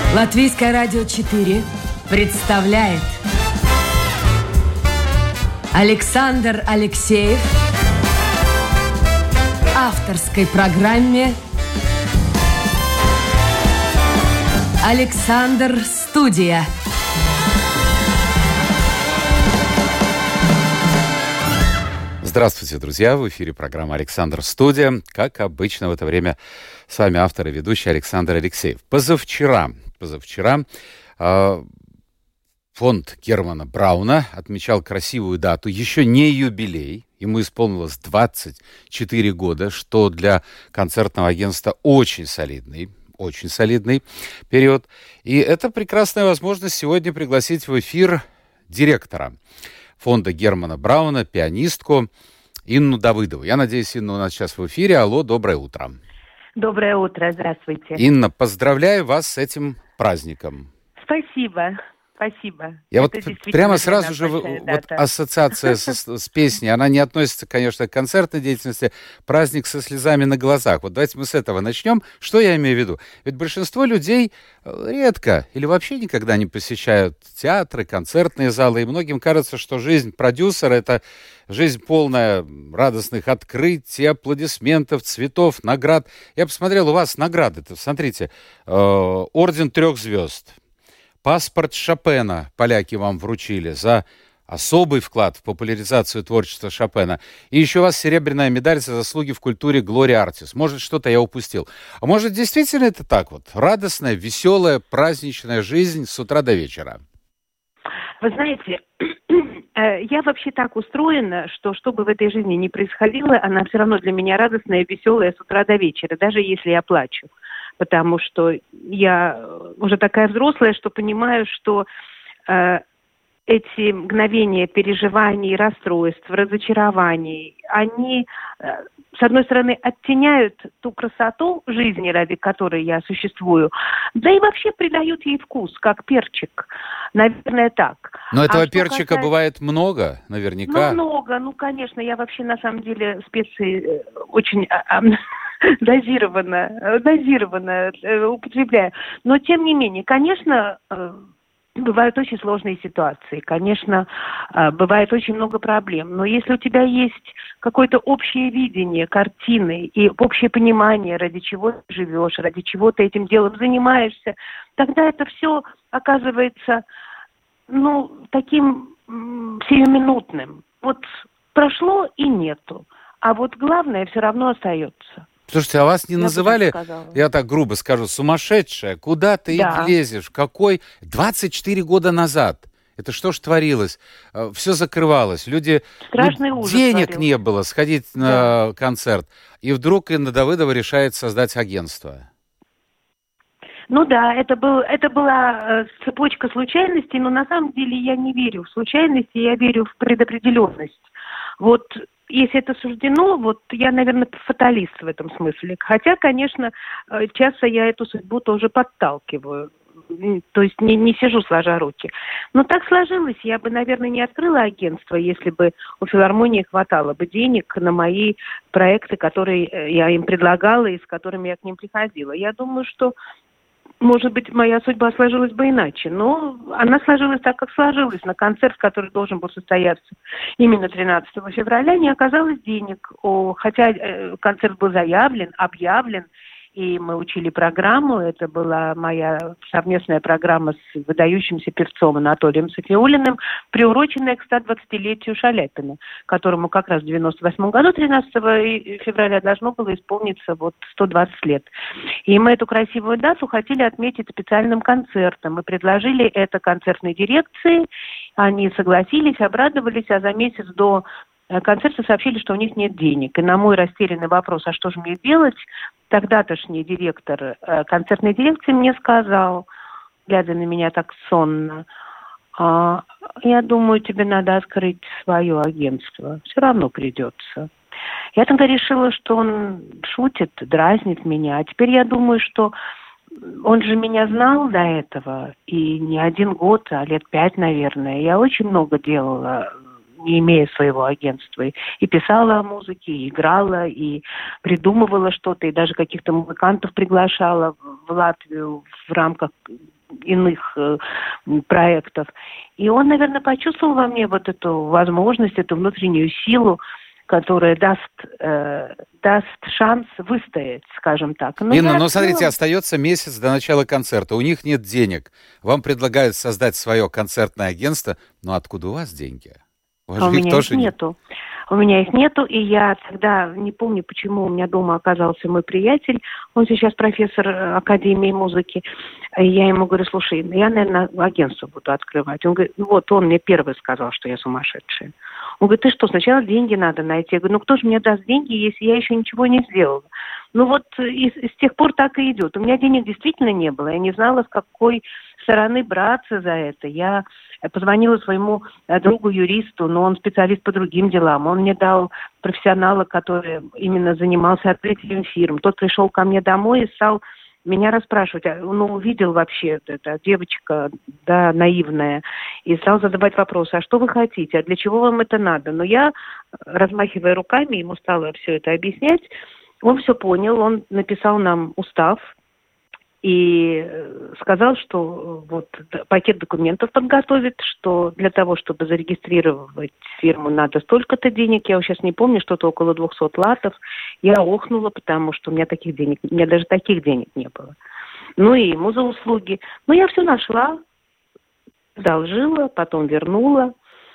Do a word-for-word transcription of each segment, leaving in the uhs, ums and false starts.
Латвийское радио четыре представляет Александр Алексеев в авторской программе «Александр Студия». Здравствуйте, друзья! В эфире программа «Александр Студия». Как обычно в это время с вами автор и ведущий Александр Алексеев. Позавчера, позавчера э, фонд Германа Брауна отмечал красивую дату, еще не юбилей. Ему исполнилось двадцать четыре года, что для концертного агентства очень солидный, очень солидный период. И это прекрасная возможность сегодня пригласить в эфир директора фонда Германа Брауна, пианистку Инну Давыдову. Я надеюсь, Инна у нас сейчас в эфире. Алло, доброе утро. Доброе утро, здравствуйте. Инна, поздравляю вас с этим праздником. Спасибо, спасибо. Я Это вот прямо сразу же, вот ассоциация с, с песней, она не относится, конечно, к концертной деятельности, праздник со слезами на глазах. Вот давайте мы с этого начнем. Что я имею в виду? Ведь большинство людей редко или вообще никогда не посещают театры, концертные залы, и многим кажется, что жизнь продюсера — это жизнь полная радостных открытий, аплодисментов, цветов, наград. Я посмотрел, у вас награды-то, смотрите, э, орден трех звезд, паспорт Шопена поляки вам вручили за особый вклад в популяризацию творчества Шопена. И еще у вас серебряная медаль за заслуги в культуре Gloria Artis. Может, что-то я упустил. А может, действительно это так вот? Радостная, веселая, праздничная жизнь с утра до вечера. Вы знаете, я вообще так устроена, что что бы в этой жизни ни происходило, она все равно для меня радостная и веселая с утра до вечера, даже если я плачу. Потому что я уже такая взрослая, что понимаю, что э, эти мгновения переживаний, расстройств, разочарований, они, э, с одной стороны, оттеняют ту красоту жизни, ради которой я существую, да и вообще придают ей вкус, как перчик. Наверное, так. Но этого а перчика касается... бывает много, наверняка. Ну, много, ну, конечно. Я вообще, на самом деле, специи очень... дозированно, дозированно употребляю. Но, тем не менее, конечно, бывают очень сложные ситуации. Конечно, бывает очень много проблем. Но если у тебя есть какое-то общее видение картины и общее понимание, ради чего ты живешь, ради чего ты этим делом занимаешься, тогда это все оказывается, ну, таким м- сиюминутным. Вот прошло и нету. А вот главное все равно остается. Слушайте, а вас не я называли, я так грубо скажу, сумасшедшая? Куда ты да. лезешь? Какой? двадцать четыре года назад. Это что ж творилось? Все закрывалось. Люди... Страшный ужас денег творился. Не было сходить да. на концерт. И вдруг Инна Давыдова решает создать агентство. Ну да, это, был, это была цепочка случайностей, но на самом деле я не верю в случайности, я верю в предопределенность. Вот... Если это суждено, вот я, наверное, фаталист в этом смысле. Хотя, конечно, часто я эту судьбу тоже подталкиваю. То есть не, не сижу сложа руки. Но так сложилось. Я бы, наверное, не открыла агентство, если бы у филармонии хватало бы денег на мои проекты, которые я им предлагала и с которыми я к ним приходила. Я думаю, что... Может быть, моя судьба сложилась бы иначе, но она сложилась так, как сложилась. На концерт, который должен был состояться именно тринадцатого февраля, не оказалось денег. О, хотя э, концерт был заявлен, объявлен, и мы учили программу. Это была моя совместная программа с выдающимся певцом Анатолием Софиуллиным, приуроченная к ста двадцатилетию Шаляпина, которому как раз в девяносто восьмом году, тринадцатого февраля, должно было исполниться вот сто двадцать лет. И мы эту красивую дату хотели отметить специальным концертом. Мы предложили это концертной дирекции, они согласились, обрадовались, а за месяц до концерта сообщили, что у них нет денег. И на мой растерянный вопрос, а что же мне делать, тогда-тошний директор э, концертной дирекции мне сказал, глядя на меня так сонно, а, я думаю, тебе надо открыть свое агентство. Все равно придется. Я тогда решила, что он шутит, дразнит меня. А теперь я думаю, что он же меня знал до этого, и не один год, а лет пять, наверное. Я очень много делала, не имея своего агентства. И писала о музыке, и играла, и придумывала что-то, и даже каких-то музыкантов приглашала в Латвию в рамках иных э, проектов. И он, наверное, почувствовал во мне вот эту возможность, эту внутреннюю силу, которая даст, э, даст шанс выстоять, скажем так. Но Инна, ну смотрите, остается месяц до начала концерта, у них нет денег. Вам предлагают создать свое концертное агентство, но откуда у вас деньги? У, а у меня их нету. Нет. У меня их нету, и я тогда не помню, почему у меня дома оказался мой приятель. Он сейчас профессор Академии музыки. И я ему говорю, слушай, я, наверное, агентство буду открывать. Он говорит, вот он мне первый сказал, что я сумасшедшая. Он говорит, ты что, сначала деньги надо найти. Я говорю, ну кто же мне даст деньги, если я еще ничего не сделала? Ну вот и, и с тех пор так и идет. У меня денег действительно не было. Я не знала, с какой стороны браться за это. Я позвонила своему другу-юристу, но он специалист по другим делам. Он мне дал профессионала, который именно занимался открытием фирм. Тот пришел ко мне домой и стал меня расспрашивать. Ну, увидел вообще, эта девочка, да, наивная, и стал задавать вопросы. А что вы хотите? А для чего вам это надо? Но я, размахивая руками, ему стала все это объяснять. Он все понял, он написал нам устав и сказал, что вот пакет документов подготовит, что для того, чтобы зарегистрировать фирму, надо столько-то денег. Я сейчас не помню, что-то около двухсот латов. Я охнула, потому что у меня таких денег, у меня даже таких денег не было. Ну и ему за услуги. Но я все нашла, одолжила, потом вернула.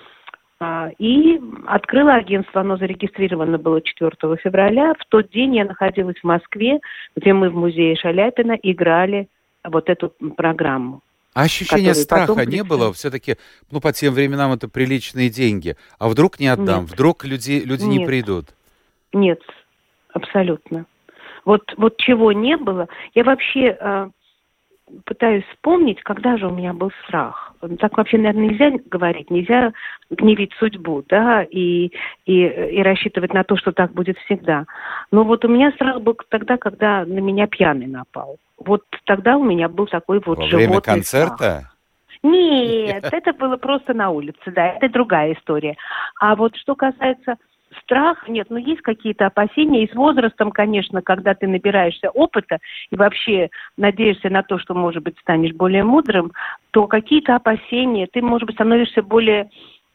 И открыла агентство, оно зарегистрировано было четвёртого февраля. В тот день я находилась в Москве, где мы в музее Шаляпина играли вот эту программу. А ощущения страха потом... не было? Все-таки, ну, по тем временам это приличные деньги. А вдруг не отдам? Нет. Вдруг люди, люди Нет. не придут? Нет, абсолютно. Вот, вот чего не было. Я вообще э, пытаюсь вспомнить, когда же у меня был страх. Так вообще, наверное, нельзя говорить, нельзя гневить судьбу, да, и, и, и рассчитывать на то, что так будет всегда. Но вот у меня страх был тогда, когда на меня пьяный напал. Вот тогда у меня был такой вот Во животный время концерта? Страх. Нет, это было просто на улице, да, это другая история. А вот что касается страха, нет, ну есть какие-то опасения, и с возрастом, конечно, когда ты набираешься опыта и вообще надеешься на то, что, может быть, станешь более мудрым, то какие-то опасения, ты, может быть, становишься более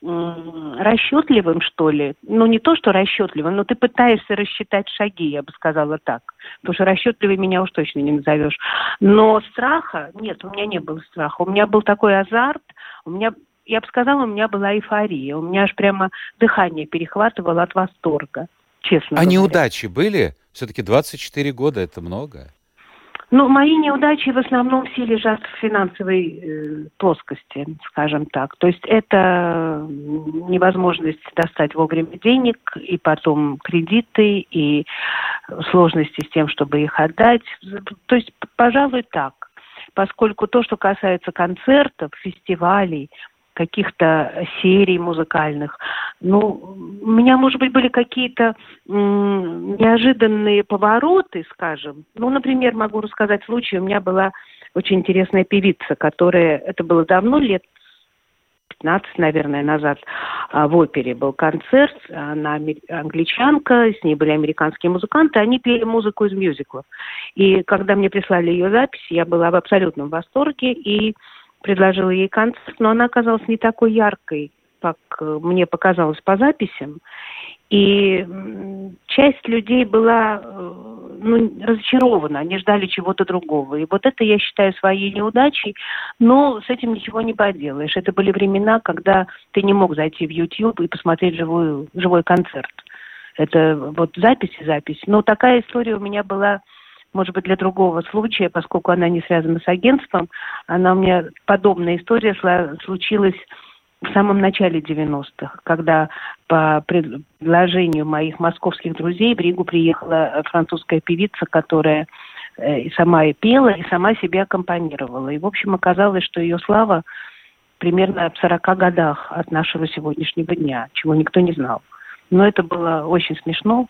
м- расчетливым, что ли. Ну, не то, что расчетливым, но ты пытаешься рассчитать шаги, я бы сказала так. Потому что расчетливый меня уж точно не назовешь. Но страха, нет, у меня не было страха. У меня был такой азарт, у меня... Я бы сказала, у меня была эйфория. У меня аж прямо дыхание перехватывало от восторга, честно а говоря. А неудачи были? Все-таки двадцать четыре года – это много. Ну, мои неудачи в основном все лежат в финансовой э, плоскости, скажем так. То есть это невозможность достать вовремя денег, и потом кредиты, и сложности с тем, чтобы их отдать. То есть, пожалуй, так. Поскольку то, что касается концертов, фестивалей, каких-то серий музыкальных. Ну, у меня, может быть, были какие-то м- неожиданные повороты, скажем. Ну, например, могу рассказать случай. У меня была очень интересная певица, которая, это было давно, лет пятнадцать, наверное, назад, в опере был концерт. Она англичанка, с ней были американские музыканты, они пели музыку из мюзиклов. И когда мне прислали ее запись, я была в абсолютном восторге и предложила ей концерт, но она оказалась не такой яркой, как мне показалось по записям. И часть людей была ну, разочарована, они ждали чего-то другого. И вот это я считаю своей неудачей, но с этим ничего не поделаешь. Это были времена, когда ты не мог зайти в YouTube и посмотреть живую, живой концерт. Это вот запись и запись. Но такая история у меня была, может быть, для другого случая, поскольку она не связана с агентством. Она у меня, подобная история случилась в самом начале девяностых, когда по предложению моих московских друзей в Ригу приехала французская певица, которая и сама и пела, и сама себе аккомпанировала. И, в общем, оказалось, что ее слава примерно в сорока годах от нашего сегодняшнего дня, чего никто не знал. Но это было очень смешно.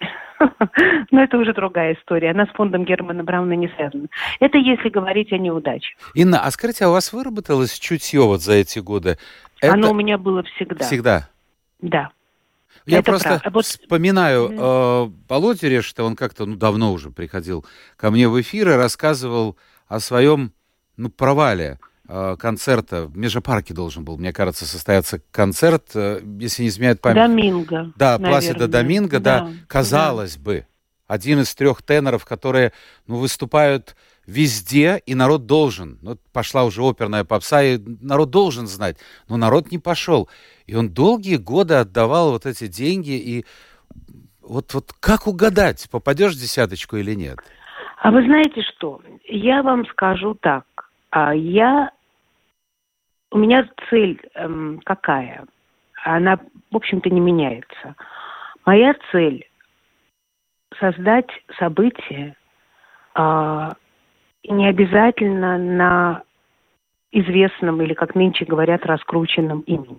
Но это уже другая история. Она с фондом Германа Брауна не связана. Это если говорить о неудаче. Инна, а скажите, а у вас выработалось чутье вот за эти годы? Это... Оно у меня было всегда. Всегда? Да. Я это просто правда. Вот... вспоминаю э, Володю Решета, он как-то ну, давно уже приходил ко мне в эфир и рассказывал о своем ну, провале концерта в Межапарке должен был, мне кажется, состояться концерт, если не изменяет память. Доминго. Да, Пласидо Доминго, да, да, казалось да. бы, один из трех теноров, которые, ну, выступают везде, и народ должен. Ну, пошла уже оперная попса, и народ должен знать. Но народ не пошел. И он долгие годы отдавал вот эти деньги, и вот, вот как угадать, попадешь в десяточку или нет? А вы знаете что? Я вам скажу так. А я... У меня цель эм, какая? Она, в общем-то, не меняется. Моя цель — создать событие, э, не обязательно на известном или, как нынче говорят, раскрученном имени.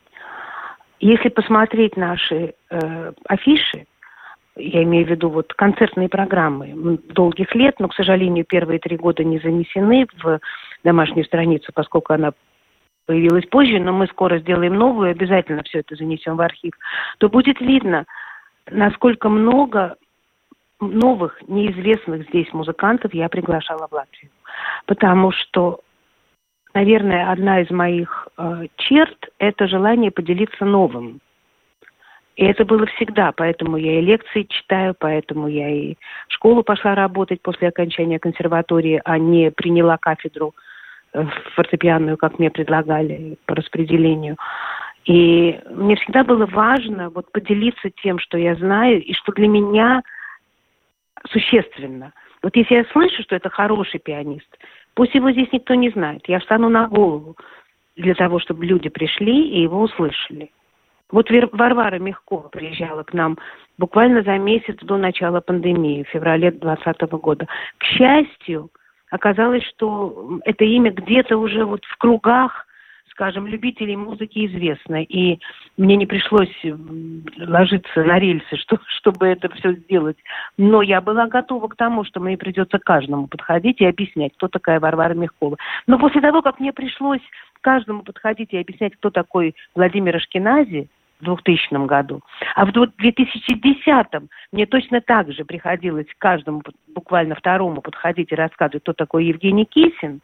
Если посмотреть наши э, афиши, я имею в виду вот концертные программы долгих лет, но, к сожалению, первые три года не занесены в домашнюю страницу, поскольку она появилась позже, но мы скоро сделаем новую, обязательно все это занесем в архив, то будет видно, насколько много новых, неизвестных здесь музыкантов я приглашала в Латвию. Потому что, наверное, одна из моих э, черт – это желание поделиться новым. И это было всегда, поэтому я и лекции читаю, поэтому я и в школу пошла работать после окончания консерватории, а не приняла кафедру фортепианную, как мне предлагали по распределению. И мне всегда было важно вот поделиться тем, что я знаю, и что для меня существенно. Вот если я слышу, что это хороший пианист, пусть его здесь никто не знает, я встану на голову для того, чтобы люди пришли и его услышали. Вот Варвара Мягкова приезжала к нам буквально за месяц до начала пандемии, в феврале двадцатого года. К счастью, оказалось, что это имя где-то уже вот в кругах, скажем, любителей музыки известно. И мне не пришлось ложиться на рельсы, что, чтобы это все сделать. Но я была готова к тому, что мне придется каждому подходить и объяснять, кто такая Варвара Мягкова. Но после того, как мне пришлось каждому подходить и объяснять, кто такой Владимир Ашкенази, в двухтысячном году. А в две тысячи десятом мне точно так же приходилось каждому, буквально второму, подходить и рассказывать, кто такой Евгений Кисин.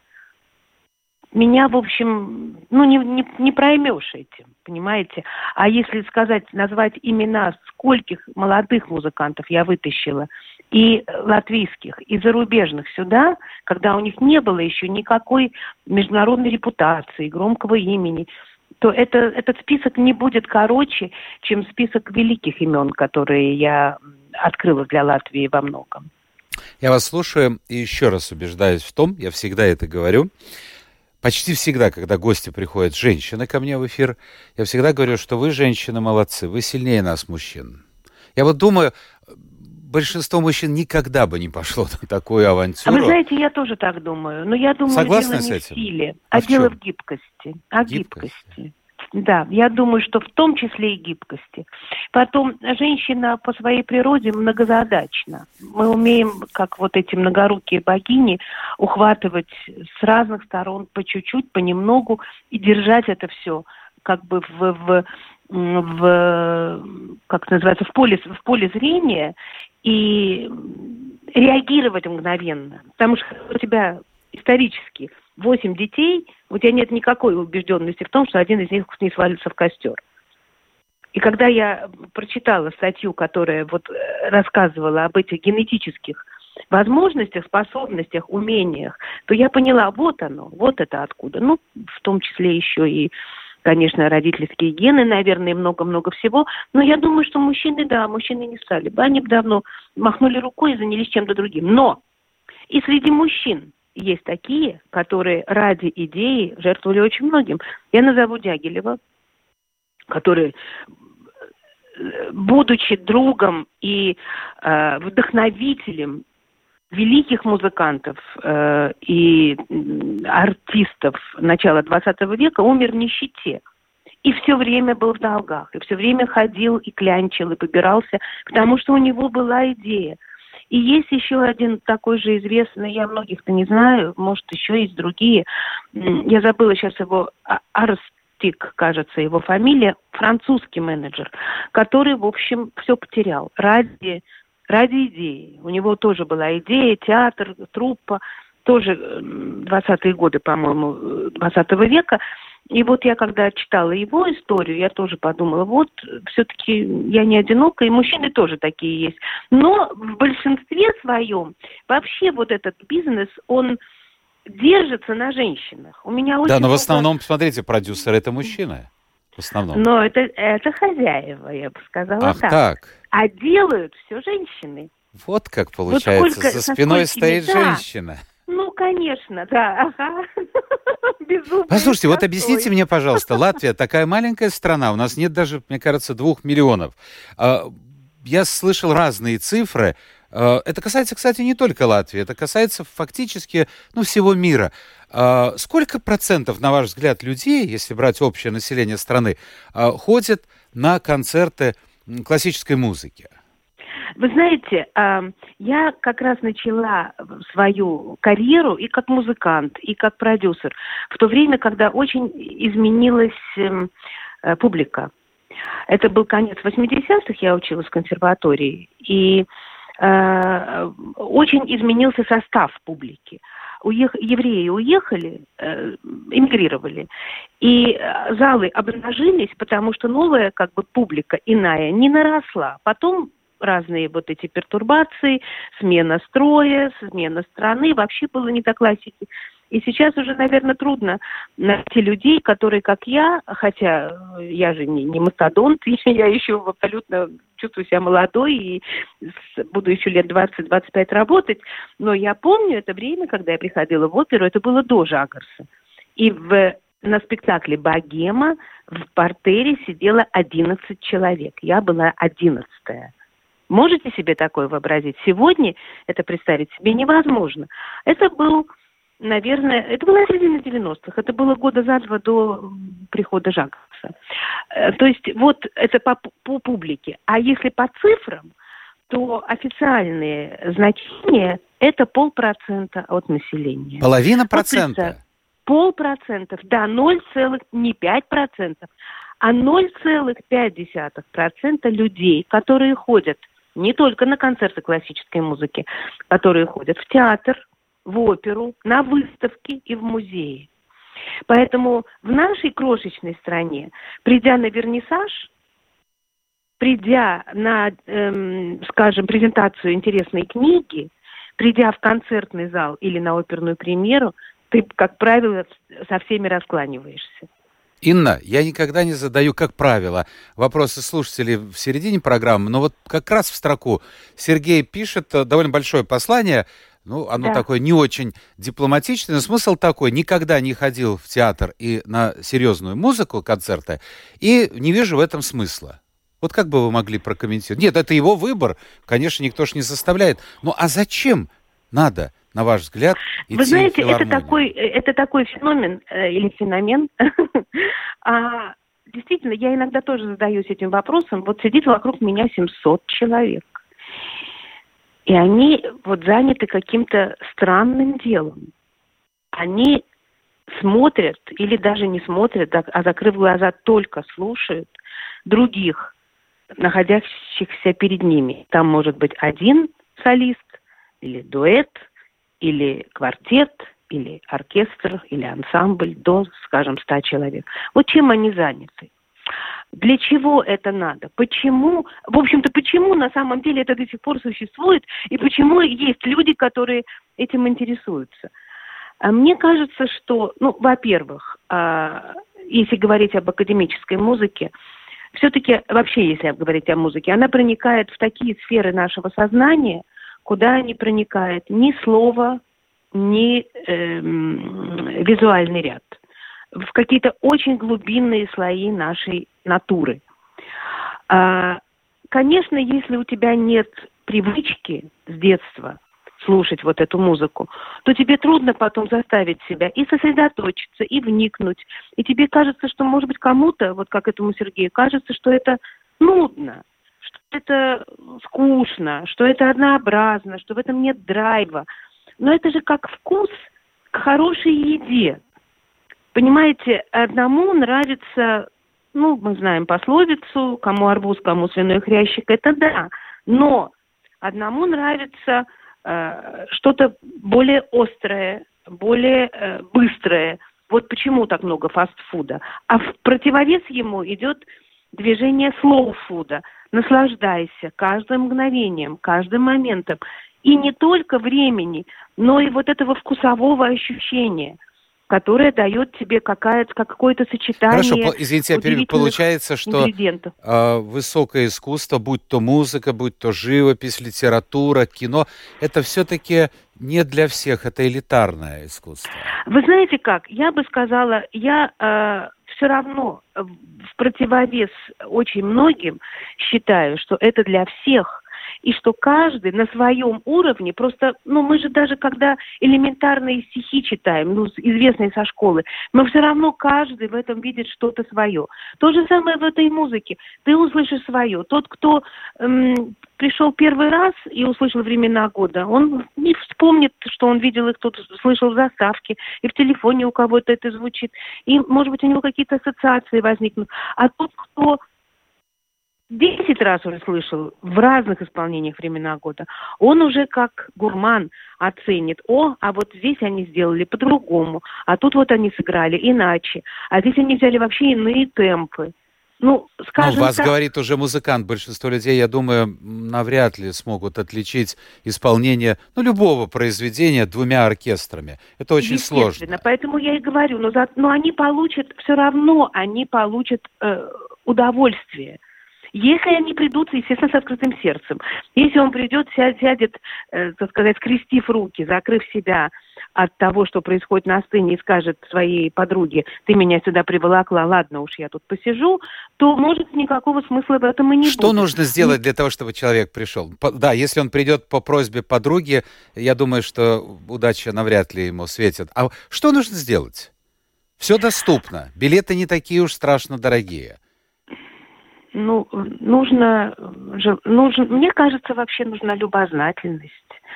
Меня, в общем, ну, не, не, не проймешь этим, понимаете? А если сказать, назвать имена, скольких молодых музыкантов я вытащила, и латвийских, и зарубежных сюда, когда у них не было еще никакой международной репутации, громкого имени, то это, этот список не будет короче, чем список великих имен, которые я открыла для Латвии во многом. Я вас слушаю и еще раз убеждаюсь в том, я всегда это говорю, почти всегда, когда гости приходят, женщины ко мне в эфир, я всегда говорю, что вы, женщины, молодцы, вы сильнее нас, мужчин. Я вот думаю, большинство мужчин никогда бы не пошло на такую авантюру. А вы знаете, я тоже так думаю. Но я думаю, Согласны дело не с этим? в силе, а, а в дело чем? в гибкости. О Гибкость. гибкости. Да, я думаю, что в том числе и гибкости. Потом, женщина по своей природе многозадачна. Мы умеем, как вот эти многорукие богини, ухватывать с разных сторон по чуть-чуть, понемногу, и держать это все как бы в... в в, как это называется, в поле, в поле зрения и реагировать мгновенно. Потому что у тебя исторически восемь детей, у тебя нет никакой убежденности в том, что один из них не свалится в костер. И когда я прочитала статью, которая вот рассказывала об этих генетических возможностях, способностях, умениях, то я поняла, вот оно, вот это откуда. Ну, в том числе еще и, конечно, родительские гены, наверное, и много-много всего. Но я думаю, что мужчины, да, мужчины не стали бы. Они бы давно махнули рукой и занялись чем-то другим. Но и среди мужчин есть такие, которые ради идеи жертвовали очень многим. Я назову Дягилева, который, будучи другом и э, вдохновителем великих музыкантов э, и артистов начала двадцатого века, умер в нищете. И все время был в долгах, и все время ходил и клянчил, и побирался, потому что у него была идея. И есть еще один такой же известный, я многих-то не знаю, может, еще есть другие. Я забыла сейчас его, Арстик, кажется, его фамилия, французский менеджер, который, в общем, все потерял ради... Ради идеи. У него тоже была идея, театр, труппа. тоже двадцатые годы, по-моему, двадцатого века. И вот я, когда читала его историю, я тоже подумала, вот, все-таки я не одинока, и мужчины тоже такие есть. Но в большинстве своем вообще вот этот бизнес, он держится на женщинах. У меня очень да, но в много... основном, посмотрите, продюсер – это мужчина. В основном. Но это, это хозяева, я бы сказала. Ах, так. так. А делают все женщины. Вот как получается, вот сколько, за спиной стоит да. женщина. Ну, конечно, да. Ага. Безумно. Послушайте, вот объясните мне, пожалуйста, Латвия такая маленькая страна, у нас нет даже, мне кажется, двух миллионов. Я слышал разные цифры. Это касается, кстати, не только Латвии, это касается фактически ну, всего мира. Сколько процентов, на ваш взгляд, людей, если брать общее население страны, ходят на концерты классической музыки? Вы знаете, я как раз начала свою карьеру и как музыкант, и как продюсер в то время, когда очень изменилась публика. Это был конец восьмидесятых, я училась в консерватории, и очень изменился состав публики. Уех... Евреи уехали, э, эмигрировали, и залы обнажились, потому что новая как бы публика иная не наросла. Потом разные вот эти пертурбации, смена строя, смена страны, вообще было не до классики. И сейчас уже, наверное, трудно найти людей, которые, как я, хотя я же не, не мастодонт, я еще абсолютно чувствую себя молодой и буду еще лет двадцать-двадцать пять работать, но я помню это время, когда я приходила в оперу, это было до Жагарса. И в, на спектакле «Богема» в партере сидело одиннадцать человек. Я была одиннадцатая. Можете себе такое вообразить? Сегодня это представить себе невозможно. Это был... Наверное, это была середина девяностых, это было года за два до прихода Жагарса. То есть вот это по, по публике. А если по цифрам, то официальные значения – это полпроцента от населения. Половина процента? Полпроцентов, да, ноль целых не пять процентов, а ноль целых пять десятых процента людей, которые ходят не только на концерты классической музыки, которые ходят в театр, в оперу, на выставки и в музеи. Поэтому в нашей крошечной стране, придя на вернисаж, придя на, эм, скажем, презентацию интересной книги, придя в концертный зал или на оперную премьеру, ты, как правило, со всеми раскланиваешься. Инна, я никогда не задаю, как правило, вопросы слушателей в середине программы, но вот как раз в строку Сергей пишет довольно большое послание. Ну, оно да. такое не очень дипломатичное, но смысл такой: никогда не ходил в театр и на серьезную музыку, концерты, и не вижу в этом смысла. Вот как бы вы могли прокомментировать? Нет, это его выбор, конечно, никто ж не заставляет. Ну, а зачем надо, на ваш взгляд, идти Вы знаете, в филармонию? это такой, это такой феномен, э, или феномен. а, действительно, я иногда тоже задаюсь этим вопросом. Вот сидит вокруг меня семьсот человек. И они вот заняты каким-то странным делом. Они смотрят или даже не смотрят, а закрыв глаза, только слушают других, находящихся перед ними. Там может быть один солист, или дуэт, или квартет, или оркестр, или ансамбль до, скажем, ста человек. Вот чем они заняты? Для чего это надо? Почему, в общем-то, почему на самом деле это до сих пор существует, и почему есть люди, которые этим интересуются? Мне кажется, что, ну, во-первых, если говорить об академической музыке, все-таки, вообще, если говорить о музыке, она проникает в такие сферы нашего сознания, куда не проникает ни слово, ни эм, визуальный ряд. В какие-то очень глубинные слои нашей натуры. А, конечно, если у тебя нет привычки с детства слушать вот эту музыку, то тебе трудно потом заставить себя и сосредоточиться, и вникнуть. И тебе кажется, что, может быть, кому-то, вот как этому Сергею, кажется, что это нудно, что это скучно, что это однообразно, что в этом нет драйва. Но это же как вкус к хорошей еде. Понимаете, одному нравится, ну, мы знаем пословицу, кому арбуз, кому свиной хрящик, это да. Но одному нравится э, что-то более острое, более э, быстрое. Вот почему так много фастфуда. А в противовес ему идет движение слоу-фуда. Наслаждайся каждым мгновением, каждым моментом. И не только времени, но и вот этого вкусового ощущения, которое дает тебе какая-то, какое-то сочетание. Хорошо, извините, теперь получается, что э, высокое искусство, будь то музыка, будь то живопись, литература, кино, это все-таки не для всех, это элитарное искусство. Вы знаете как, я бы сказала, я э, все равно в противовес очень многим считаю, что это для всех. И что каждый на своем уровне, просто, ну, мы же даже когда элементарные стихи читаем, ну, известные со школы, мы все равно каждый в этом видит что-то свое. То же самое в этой музыке. Ты услышишь свое. Тот, кто эм, пришел первый раз и услышал «Времена года», он не вспомнит, что он видел их, тут слышал в заставке, и в телефоне у кого-то это звучит. И, может быть, у него какие-то ассоциации возникнут. А тот, кто десять раз уже слышал в разных исполнениях «Времена года», он уже как гурман оценит: о, а вот здесь они сделали по-другому, а тут вот они сыграли иначе, а здесь они взяли вообще иные темпы. Ну, скажем ну, вас так... говорит уже музыкант. Большинство людей, я думаю, навряд ли смогут отличить исполнение, ну, любого произведения двумя оркестрами. Это очень сложно. Поэтому я и говорю, но, за... но они получат, все равно они получат э, удовольствие. Если они придут, естественно, с открытым сердцем. Если он придет, сядет, э, так сказать, скрестив руки, закрыв себя от того, что происходит на сцене, и скажет своей подруге: ты меня сюда приволокла, ладно уж, я тут посижу, то, может, никакого смысла в этом и не что будет. Что нужно сделать и... для того, чтобы человек пришел? По, да, если он придет по просьбе подруги, я думаю, что удача навряд ли ему светит. А что нужно сделать? Все доступно. Билеты не такие уж страшно дорогие. Ну, нужно, нужно, мне кажется, вообще нужна любознательность,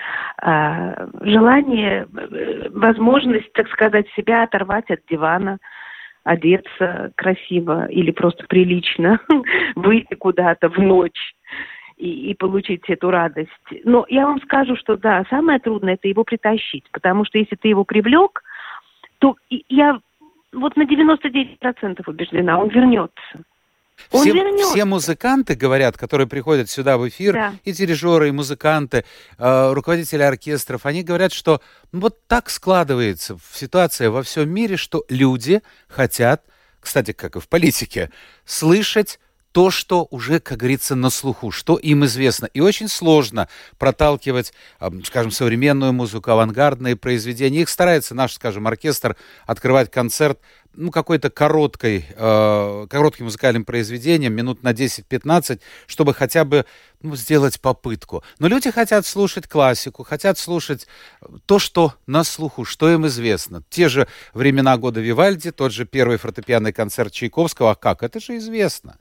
желание, возможность, так сказать, себя оторвать от дивана, одеться красиво или просто прилично, выйти куда-то в ночь и, и получить эту радость. Но я вам скажу, что да, самое трудное — это его притащить, потому что если ты его привлек, то я вот на девяносто девять процентов убеждена, он вернется. Все, все музыканты, говорят, которые приходят сюда в эфир, да. и дирижеры, и музыканты, э, руководители оркестров, они говорят, что ну, вот так складывается ситуация во всем мире, что люди хотят, кстати, как и в политике, слышать то, что уже, как говорится, на слуху, что им известно. И очень сложно проталкивать, скажем, современную музыку, авангардные произведения. Их старается наш, скажем, оркестр открывать концерт ну, какой-то короткой, э, коротким музыкальным произведением, минут на десять-пятнадцать, чтобы хотя бы ну, сделать попытку. Но люди хотят слушать классику, хотят слушать то, что на слуху, что им известно. Те же «Времена года» Вивальди, тот же первый фортепианный концерт Чайковского. А как? Это же известно.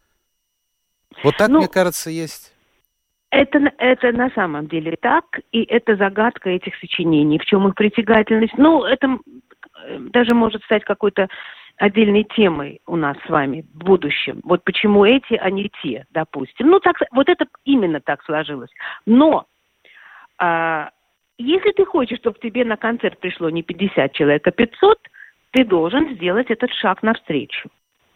Вот так, ну, мне кажется, есть. Это, это на самом деле так, и это загадка этих сочинений. В чем их притягательность? Ну, это даже может стать какой-то отдельной темой у нас с вами в будущем. Вот почему эти, а не те, допустим. Ну, так, вот это именно так сложилось. Но а, если ты хочешь, чтобы тебе на концерт пришло не пятьдесят человек, а пятьсот, ты должен сделать этот шаг навстречу.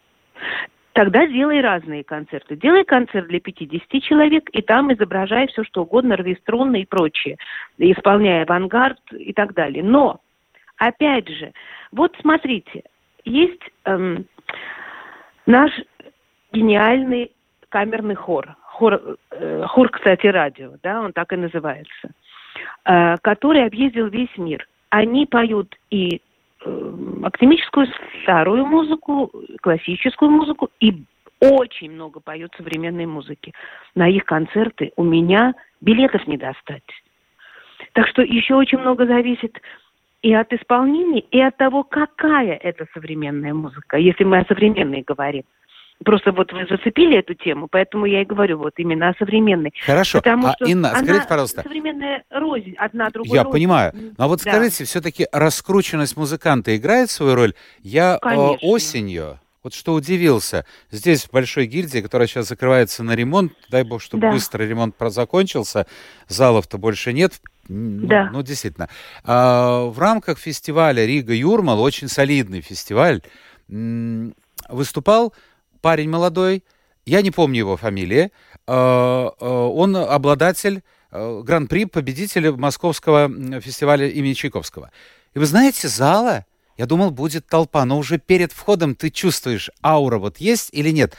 Тогда делай разные концерты. Делай концерт для пятидесяти человек, и там изображай все, что угодно, рви струны и прочее, исполняя авангард и так далее. Но, опять же, вот смотрите, есть эм, наш гениальный камерный хор. Хор, э, хор, кстати, радио, да, он так и называется, э, который объездил весь мир. Они поют и академическую старую музыку, классическую музыку, и очень много поют современной музыки. На их концерты у меня билетов не достать. Так что еще очень много зависит и от исполнения, и от того, какая это современная музыка, если мы о современной говорим. Просто вот вы зацепили эту тему, поэтому я и говорю вот именно о современной. Хорошо. Потому а, что Инна, скажите, пожалуйста. Современная рознь, одна другой Я рознь. понимаю. Ну, а вот да. скажите, все-таки раскрученность музыканта играет свою роль? Я э, осенью, вот что удивился, здесь в Большой гильдии, которая сейчас закрывается на ремонт, дай бог, чтобы да. быстро ремонт закончился, залов-то больше нет, Да. Ну, ну действительно. А, в рамках фестиваля Рига-Юрмал, очень солидный фестиваль, м- выступал парень молодой, я не помню его фамилии, а, а, он обладатель а, гран-при, победителя Московского фестиваля имени Чайковского. И вы знаете, зала, я думал, будет толпа, но уже перед входом ты чувствуешь, аура вот есть или нет.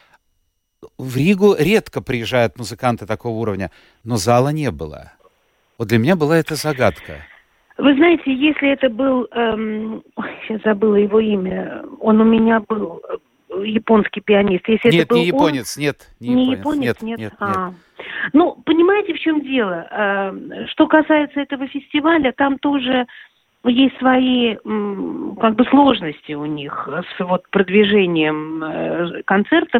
В Ригу редко приезжают музыканты такого уровня, но зала не было. Вот для меня была это загадка. Вы знаете, если это был, эм, сейчас забыла его имя, он у меня был японский пианист. Если нет, это был не японец, он, нет, не, не японец, японец, нет, нет. нет, а. нет. Ну, понимаете, в чем дело? Э, что касается этого фестиваля, там тоже есть свои м, как бы сложности у них с вот продвижением э, концертов.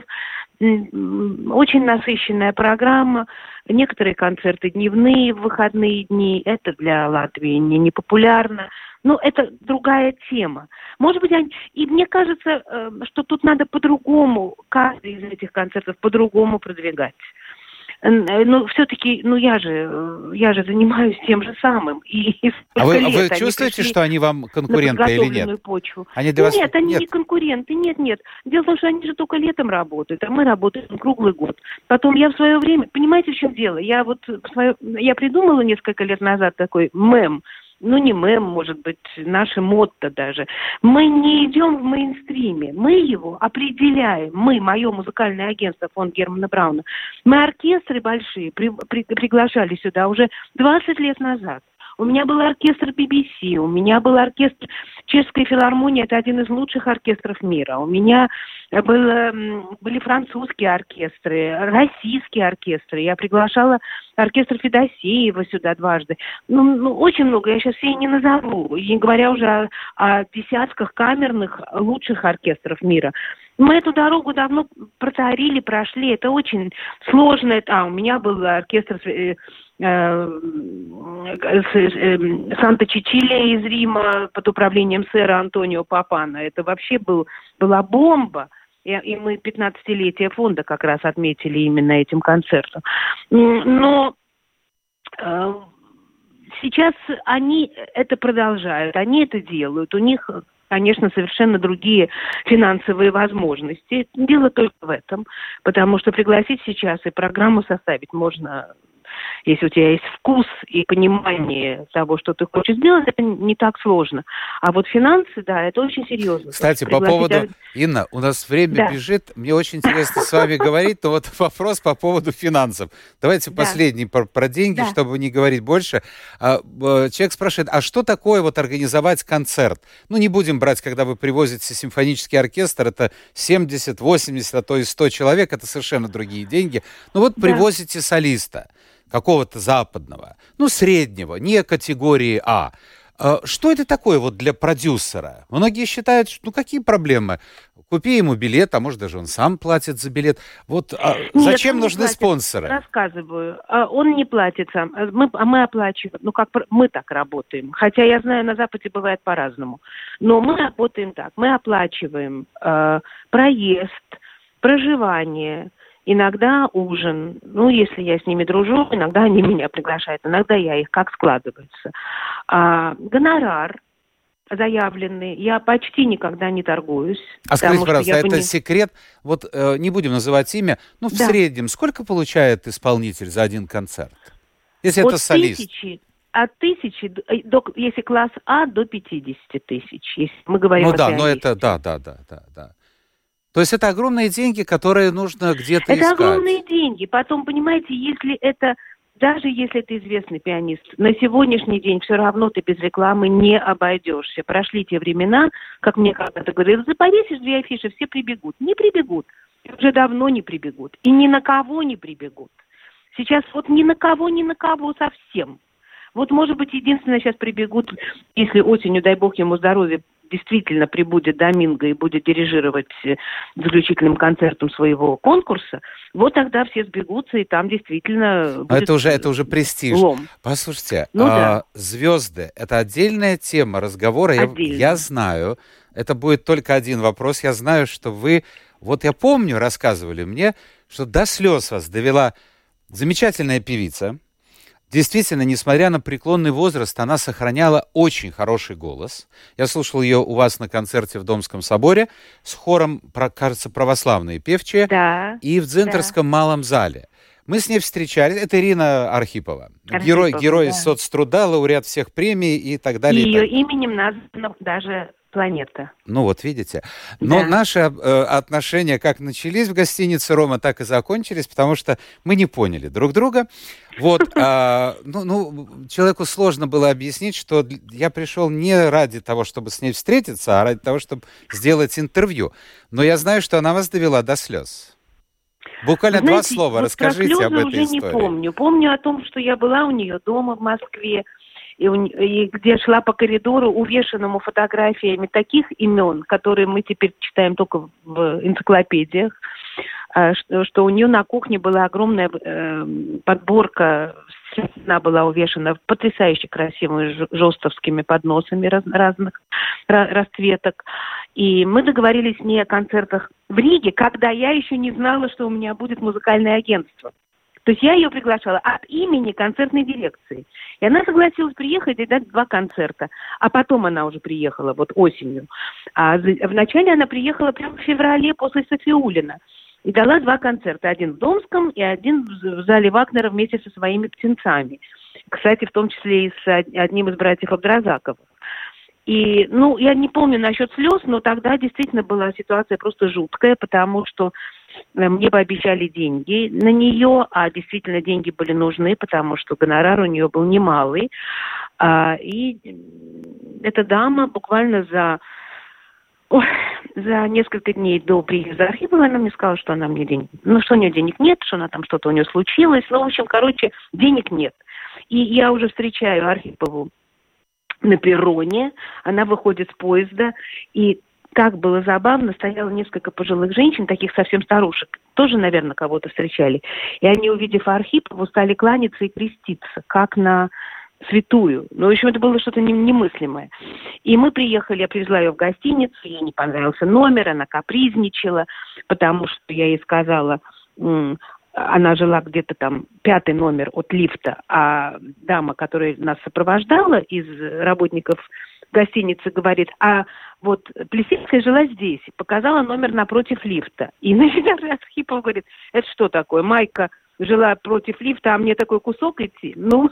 Очень насыщенная программа. Некоторые концерты дневные, в выходные дни. Это для Латвии не, не популярно. Но это другая тема. Может быть, они... И мне кажется, что тут надо по-другому, каждый из этих концертов по-другому продвигать. Ну, все-таки, ну, я же, я же занимаюсь тем же самым. И, и а вы, а вы чувствуете, что они вам конкуренты или нет? Почву. Они для вас... Нет, они нет. не конкуренты, нет, нет. Дело в том, что они же только летом работают, а мы работаем круглый год. Потом я в свое время, понимаете, в чем дело? Я вот в свое, я придумала несколько лет назад такой мем. Ну, не мем, может быть, наше мотто даже. Мы не идем в мейнстриме, мы его определяем. Мы, мое музыкальное агентство фонд Германа Брауна, мы оркестры большие при, при, приглашали сюда уже двадцать лет назад. У меня был оркестр би би си, у меня был оркестр Чешской филармонии, это один из лучших оркестров мира. У меня было, были французские оркестры, российские оркестры. Я приглашала оркестр Федосеева сюда дважды. Ну, ну очень много, я сейчас все и не назову, не говоря уже о, о десятках камерных лучших оркестров мира. Мы эту дорогу давно протарили, прошли. Это очень сложно. А, у меня был оркестр э, э, э, Санта-Чичилия из Рима под управлением сэра Антонио Папана. Это вообще был, была бомба. И, и мы пятнадцатилетие фонда как раз отметили именно этим концертом. Но э, сейчас они это продолжают, они это делают. У них... Конечно, совершенно другие финансовые возможности. Дело только в этом, потому что пригласить сейчас и программу составить можно, если у тебя есть вкус и понимание того, что ты хочешь сделать, это не так сложно. А вот финансы, да, это очень серьезно. Кстати, по поводу... Инна, у нас время да. бежит. Мне очень интересно с вами говорить, но вот вопрос по поводу финансов. Давайте да. последний про, про деньги, да. чтобы не говорить больше. Человек спрашивает, а что такое вот организовать концерт? Ну, не будем брать, когда вы привозите симфонический оркестр, это семьдесят, восемьдесят, а то и сто человек, это совершенно другие деньги. Ну вот привозите да. солиста какого-то западного, ну, среднего, не категории А. Что это такое вот для продюсера? Многие считают, что ну какие проблемы? Купи ему билет, а может даже он сам платит за билет. Вот а Нет, зачем нужны платит. Спонсоры? Рассказываю. Он не платит сам. Мы, мы оплачиваем. Ну, как мы так работаем. Хотя я знаю, на Западе бывает по-разному. Но мы работаем так. Мы оплачиваем э, проезд, проживание, иногда ужин. Ну, если я с ними дружу, иногда они меня приглашают, иногда я их, как складывается. А, гонорар заявленный. Я почти никогда не торгуюсь. А скажите, пожалуйста, это пони... секрет? Вот э, не будем называть имя, ну, в да. среднем сколько получает исполнитель за один концерт? Если от это солист. Тысячи, от тысячи, до, если класс А, до пятидесяти тысяч. Если мы говорим ну, о да, пианисте. но это, да, да, да, да, да. То есть это огромные деньги, которые нужно где-то это искать. Это огромные деньги. Потом, понимаете, если это, даже если ты известный пианист, на сегодняшний день все равно ты без рекламы не обойдешься. Прошли те времена, как мне когда-то говорили, ты повесишь две афиши, все прибегут. Не прибегут. Уже давно не прибегут. И ни на кого не прибегут. Сейчас вот ни на кого, ни на кого совсем. Вот, может быть, единственное, сейчас прибегут, если осенью, дай бог ему здоровья, действительно прибудет Доминго и будет дирижировать заключительным концертом своего конкурса, вот тогда все сбегутся, и там действительно будет это уже, это уже престиж. Лом. Послушайте, ну, а, да. звезды — это отдельная тема разговора. Я, я знаю, это будет только один вопрос. Я знаю, что вы, вот я помню, рассказывали мне, что до слез вас довела замечательная певица, Действительно, несмотря на преклонный возраст, она сохраняла очень хороший голос. Я слушал ее у вас на концерте в Домском соборе с хором, кажется, православные певчие, да, и в Дзинтерском да. малом зале. Мы с ней встречались. Это Ирина Архипова. Архипова, герой, герой да. соцтруда, лауреат всех премий и так далее. И и ее так. именем названа даже планета. Ну вот, видите. Но да. наши э, отношения как начались в гостинице «Рома», так и закончились, потому что мы не поняли друг друга. Вот, э, ну, ну, человеку сложно было объяснить, что я пришел не ради того, чтобы с ней встретиться, а ради того, чтобы сделать интервью. Но я знаю, что она вас довела до слез. Буквально Знаете, два слова, вот расскажите об этой уже истории. Не помню. Помню о том, что я была у нее дома в Москве, и, у, и где шла по коридору, увешанному фотографиями таких имен, которые мы теперь читаем только в энциклопедиях, что, что у нее на кухне была огромная э, подборка, она была увешана потрясающе красивыми жестовскими подносами раз, разных ra- расцветок. И мы договорились с ней о концертах в Риге, когда я еще не знала, что у меня будет музыкальное агентство. То есть я ее приглашала от имени концертной дирекции. И она согласилась приехать и дать два концерта. А потом она уже приехала, вот осенью. А вначале она приехала прямо в феврале после Софиуллина. И дала два концерта. Один в Домском и один в зале Вагнера вместе со своими птенцами. Кстати, в том числе и с одним из братьев Абдразаковых. И, ну, я не помню насчет слез, но тогда действительно была ситуация просто жуткая, потому что мне пообещали деньги на нее, а действительно деньги были нужны, потому что гонорар у нее был немалый. А, и эта дама буквально за, ой, за несколько дней до приезда Архипова она мне сказала, что она мне денег, ну, что у нее денег нет, что она там что-то у нее случилось. Ну, в общем, короче, денег нет. И я уже встречаю Архипову на перроне, она выходит с поезда, и так было забавно, стояло несколько пожилых женщин, таких совсем старушек, тоже, наверное, кого-то встречали, и они, увидев Архипову, стали кланяться и креститься, как на святую. Ну, в общем, это было что-то немыслимое. И мы приехали, я привезла ее в гостиницу, ей не понравился номер, она капризничала, потому что я ей сказала... Она жила где-то там пятый номер от лифта, а дама, которая нас сопровождала из работников гостиницы, говорит, а вот Плесецкая жила здесь, показала номер напротив лифта. И начинает Архипов говорит, это что такое, Майка жила против лифта, а мне такой кусок идти? Ну...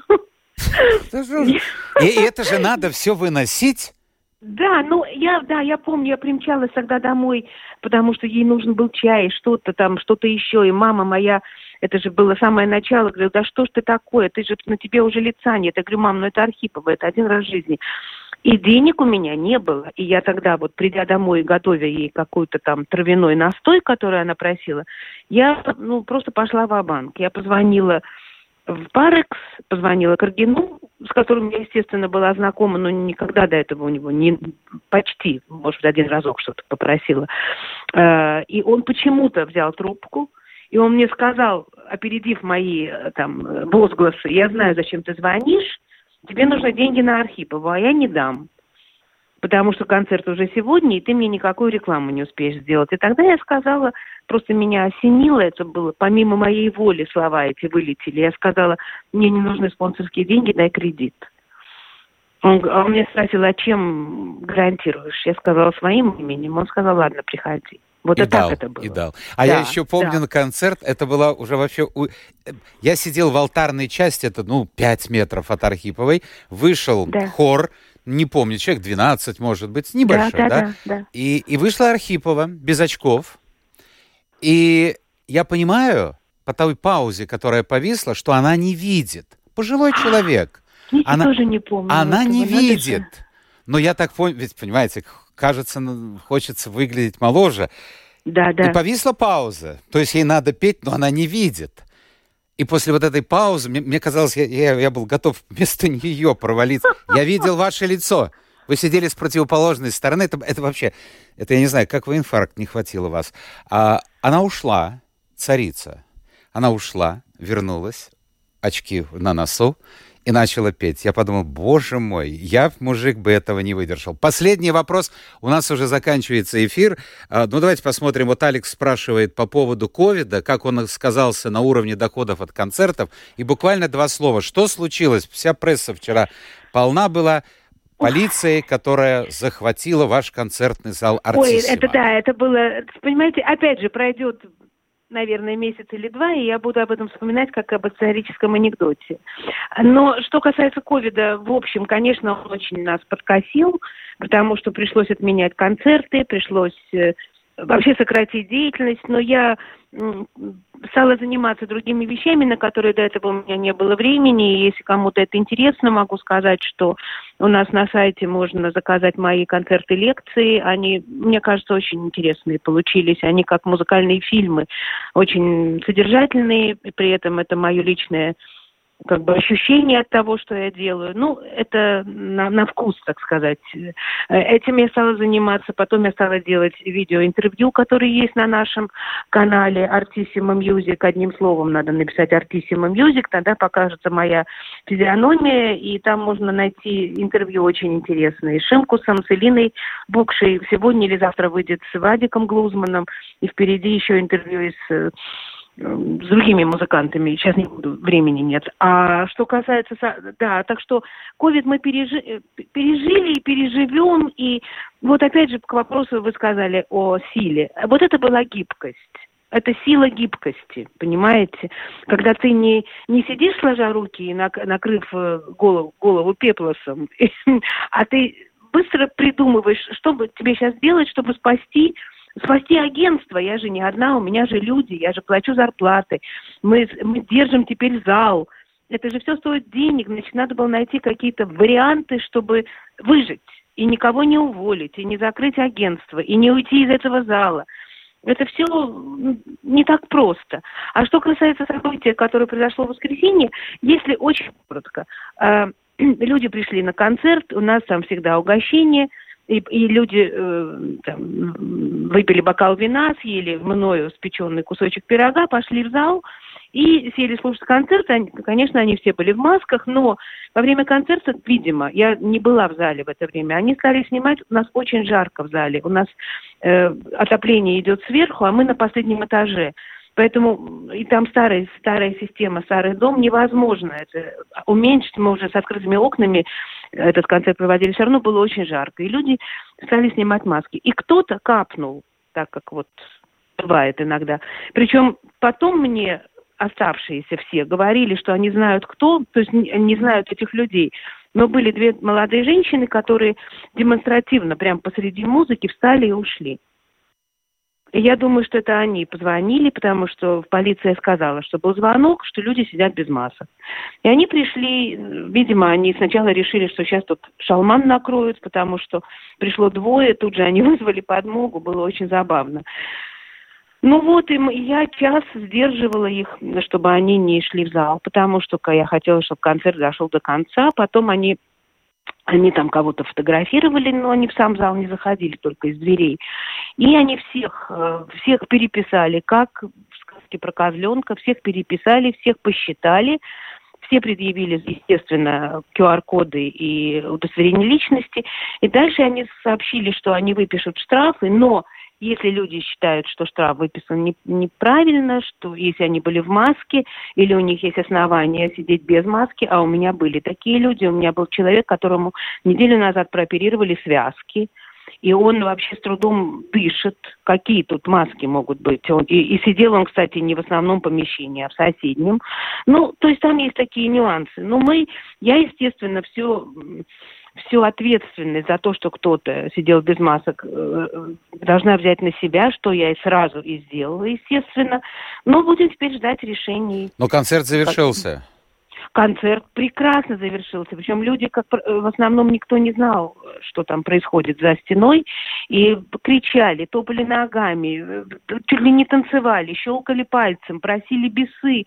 И это же надо все выносить? Да, ну, я, да, я помню, я примчалась тогда домой, потому что ей нужен был чай, что-то там, что-то еще, и мама моя, это же было самое начало, говорю, да что ж ты такое, ты же, на тебе уже лица нет. Я говорю, мам, ну это Архипова, это один раз в жизни. И денег у меня не было, и я тогда вот, придя домой, готовя ей какой-то там травяной настой, который она просила, я, ну, просто пошла ва-банк. Я позвонила в Парекс, позвонила Каргину, с которым я, естественно, была знакома, но никогда до этого у него не почти, может быть, один разок что-то попросила. И он почему-то взял трубку, и он мне сказал, опередив мои там возгласы, я знаю, зачем ты звонишь, тебе нужны деньги на Архипову, а я не дам. Потому что концерт уже сегодня, и ты мне никакую рекламу не успеешь сделать. И тогда я сказала, просто меня осенило, это было помимо моей воли, слова эти вылетели. Я сказала, мне не нужны спонсорские деньги, дай кредит. Он, он меня спросил, а чем гарантируешь? Я сказала своим именем. Он сказал, ладно, приходи. Вот и, и так дал, это было. И дал. А да, я еще помню да. на концерт, это была уже вообще... Я сидел в алтарной части, это, ну, пять метров от Архиповой, вышел да. хор, не помню, человек двенадцать, может быть, небольшой, да? да? да? да, да. И, и вышла Архипова без очков, и я понимаю по той паузе, которая повисла, что она не видит. Пожилой человек. Я она, тоже не помню. Она этого, не видит. Но я так понял, ведь, понимаете, кажется, хочется выглядеть моложе. Да, да. И повисла пауза. То есть ей надо петь, но она не видит. И после вот этой паузы, мне, мне казалось, я, я, я был готов вместо нее провалиться. Я видел ваше лицо. Вы сидели с противоположной стороны. Это, это вообще, это я не знаю, как вы инфаркт не хватило вас. А, она ушла, царица. Она ушла, вернулась. очки на носу и начала петь. Я подумал, боже мой, я, мужик, бы этого не выдержал. Последний вопрос. У нас уже заканчивается эфир. Ну, давайте посмотрим. Вот Алекс спрашивает по поводу ковида, как он сказался на уровне доходов от концертов. И буквально два слова. Что случилось? Вся пресса вчера полна была полицией, которая захватила ваш концертный зал «Артиссимо». Ой, это да, это было... Понимаете, опять же, пройдет... наверное, месяц или два, и я буду об этом вспоминать как об историческом анекдоте. Но что касается ковида, в общем, конечно, он очень нас подкосил, потому что пришлось отменять концерты, пришлось э, вообще сократить деятельность, но я э, стала заниматься другими вещами, на которые до этого у меня не было времени, и если кому-то это интересно, могу сказать, что у нас на сайте можно заказать мои концерты, лекции. Они, мне кажется, очень интересные получились. Они как музыкальные фильмы, очень содержательные. И при этом это мое личное как бы ощущение от того, что я делаю. Ну, это на, на вкус, так сказать. Этим я стала заниматься. Потом я стала делать видеоинтервью, которые есть на нашем канале Артиссимо Music. Одним словом надо написать Артиссимо Music, тогда покажется моя физиономия, и там можно найти интервью очень интересные с Шимкусом, с Элиной Букшей. Сегодня или завтра выйдет с Вадиком Глузманом, и впереди еще интервью и с... с другими музыкантами, сейчас не буду, времени нет. А что касается... Да, так что ковид мы пережи, пережили и переживем, и вот опять же к вопросу вы сказали о силе. Вот это была гибкость. Это сила гибкости, понимаете? Когда ты не, не сидишь сложа руки и накрыв голову, голову пеплосом, а ты быстро придумываешь, что бы тебе сейчас делать, чтобы спасти... Спасти агентство, я же не одна, у меня же люди, я же плачу зарплаты, мы, мы держим теперь зал. Это же все стоит денег, значит, надо было найти какие-то варианты, чтобы выжить, и никого не уволить, и не закрыть агентство, и не уйти из этого зала. Это все не так просто. А что касается события, которое произошло в воскресенье, если очень коротко, э, люди пришли на концерт, у нас там всегда угощение, И, и люди э, там, выпили бокал вина, съели мною спеченный кусочек пирога, пошли в зал и сели слушать концерт. Они, конечно, они все были в масках, но во время концерта, видимо, я не была в зале в это время, они стали снимать, у нас очень жарко в зале, у нас э, отопление идет сверху, а мы на последнем этаже. Поэтому и там старая, старая система, старый дом, невозможно это уменьшить. Мы уже с открытыми окнами этот концерт проводили, все равно было очень жарко. И люди стали снимать маски. И кто-то капнул, так как вот бывает иногда. Причем потом мне оставшиеся все говорили, что они знают кто, то есть не знают этих людей. Но были две молодые женщины, которые демонстративно прямо посреди музыки встали и ушли. И я думаю, что это они позвонили, потому что полиция сказала, что был звонок, что люди сидят без масок. И они пришли, видимо, они сначала решили, что сейчас тут шалман накроют, потому что пришло двое, тут же они вызвали подмогу, было очень забавно. Ну вот, и я час сдерживала их, чтобы они не шли в зал, потому что я хотела, чтобы концерт дошел до конца, потом они... Они там кого-то фотографировали, но они в сам зал не заходили, только из дверей. И они всех, всех переписали, как в сказке про козленка, всех переписали, всех посчитали. Все предъявили, естественно, ку ар-коды и удостоверение личности. И дальше они сообщили, что они выпишут штрафы, но если люди считают, что штраф выписан не, неправильно, что если они были в маске, или у них есть основания сидеть без маски, а у меня были такие люди, у меня был человек, которому неделю назад прооперировали связки, и он вообще с трудом дышит. Какие тут маски могут быть? Он, и, и сидел он, кстати, не в основном помещении, а в соседнем. Ну, то есть там есть такие нюансы. Но мы, я, естественно, все... всю ответственность за то, что кто-то сидел без масок, должна взять на себя, что я и сразу и сделала, естественно. Но будем теперь ждать решений. Но концерт завершился. Концерт прекрасно завершился. Причем люди, как в основном, никто не знал, что там происходит за стеной. И кричали, топали ногами, чуть ли не танцевали, щелкали пальцем, просили бисы.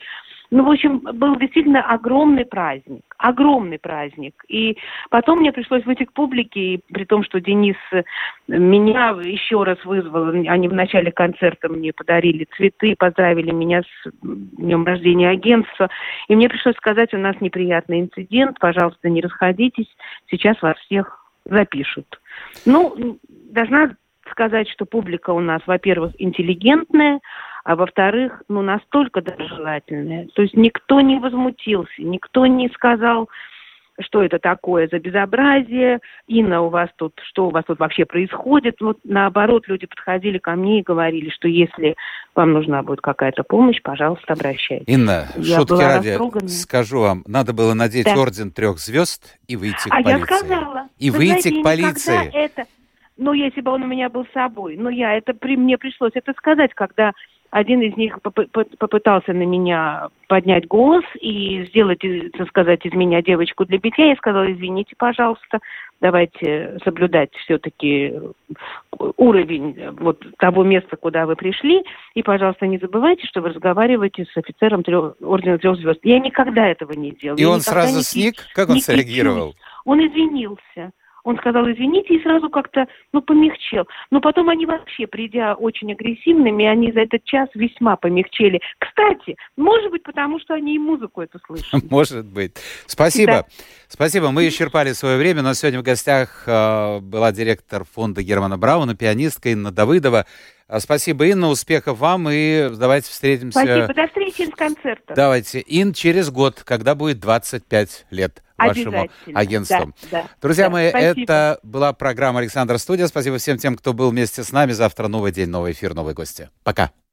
Ну, в общем, был действительно огромный праздник, огромный праздник. И потом мне пришлось выйти к публике, и при том, что Денис меня еще раз вызвал, они в начале концерта мне подарили цветы, поздравили меня с днем рождения агентства, и мне пришлось сказать, у нас неприятный инцидент, пожалуйста, не расходитесь, сейчас вас всех запишут. Ну, должна сказать, что публика у нас, во-первых, интеллигентная, а во-вторых, ну, настолько доброжелательная. То есть никто не возмутился, никто не сказал, что это такое за безобразие, Инна, у вас тут, что у вас тут вообще происходит. Вот наоборот, люди подходили ко мне и говорили, что если вам нужна будет какая-то помощь, пожалуйста, обращайтесь. Инна, я шутки ради, растрогана. Скажу вам, надо было надеть да. орден трех звезд и выйти к а полиции. А я сказала. И Вы выйти знаете, к полиции. Это... Ну, если бы он у меня был с собой. Но я это при мне пришлось это сказать, когда один из них поп- попытался на меня поднять голос и сделать, так сказать, из меня девочку для битья. Я сказала, извините, пожалуйста, давайте соблюдать все-таки уровень вот того места, куда вы пришли. И, пожалуйста, не забывайте, что вы разговариваете с офицером трех, ордена трех звезд. Я никогда этого не делала. И я он сразу сник? Как он среагировал? Он извинился. Он сказал, извините, и сразу как-то, ну, помягчел. Но потом они вообще, придя очень агрессивными, они за этот час весьма помягчели. Кстати, может быть, потому что они и музыку эту слышали. Может быть. Спасибо. Да. Спасибо. Мы исчерпали свое время. У нас сегодня в гостях э, была директор фонда Германа Брауна, пианистка Инна Давыдова. Спасибо, Инна, успехов вам, и давайте встретимся. Спасибо, до встречи с концертом. Давайте, Ин, через год, когда будет двадцать пять лет вашему агентству. Да, да, Друзья да, мои, спасибо. Это была программа «Александр Студия». Спасибо всем тем, кто был вместе с нами. Завтра новый день, новый эфир, новые гости. Пока.